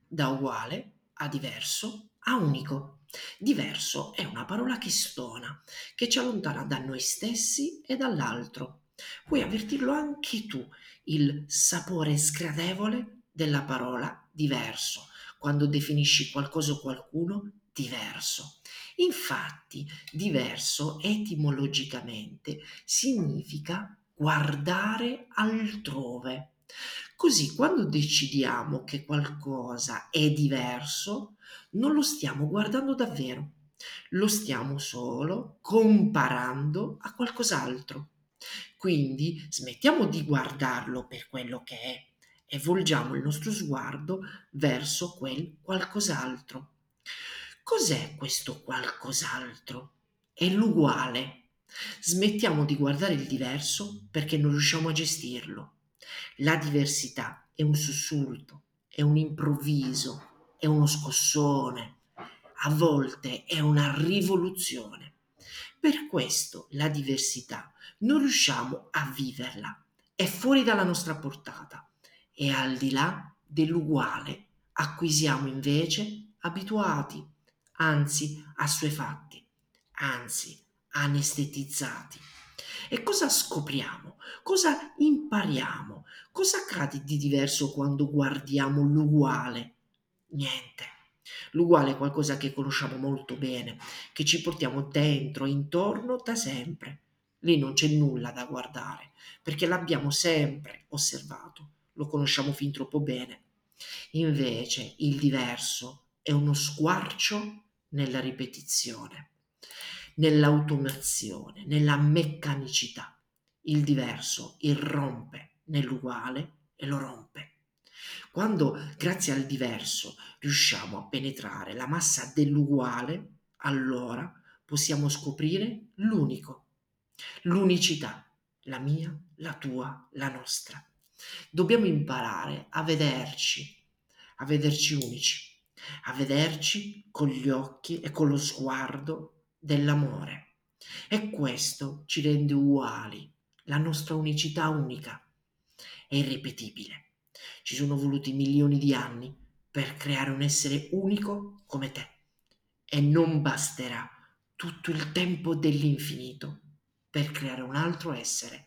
da uguale a diverso a unico. Diverso è una parola che stona, che ci allontana da noi stessi e dall'altro. Puoi avvertirlo anche tu, il sapore sgradevole della parola diverso, quando definisci qualcosa o qualcuno diverso. Infatti, diverso etimologicamente significa guardare altrove. Così quando decidiamo che qualcosa è diverso, non lo stiamo guardando davvero, lo stiamo solo comparando a qualcos'altro. Quindi smettiamo di guardarlo per quello che è e volgiamo il nostro sguardo verso quel qualcos'altro. Cos'è questo qualcos'altro? È l'uguale. Smettiamo di guardare il diverso perché non riusciamo a gestirlo. La diversità è un sussulto, è un improvviso, è uno scossone, a volte è una rivoluzione. Per questo la diversità non riusciamo a viverla, è fuori dalla nostra portata e al di là dell'uguale a cui siamo invece abituati, anzi assuefatti, anzi anestetizzati. E cosa scopriamo? Cosa impariamo? Cosa accade di diverso quando guardiamo l'uguale? Niente. L'uguale è qualcosa che conosciamo molto bene, che ci portiamo dentro, intorno da sempre. Lì non c'è nulla da guardare, perché l'abbiamo sempre osservato, lo conosciamo fin troppo bene. Invece il diverso è uno squarcio nella ripetizione, nell'automazione, nella meccanicità. Il diverso irrompe nell'uguale e lo rompe. Quando, grazie al diverso, riusciamo a penetrare la massa dell'uguale, allora possiamo scoprire l'unico, l'unicità, la mia, la tua, la nostra. Dobbiamo imparare a vederci unici, a vederci con gli occhi e con lo sguardo dell'amore. E questo ci rende uguali, la nostra unicità unica, è irripetibile. Ci sono voluti milioni di anni per creare un essere unico come te e non basterà tutto il tempo dell'infinito per creare un altro essere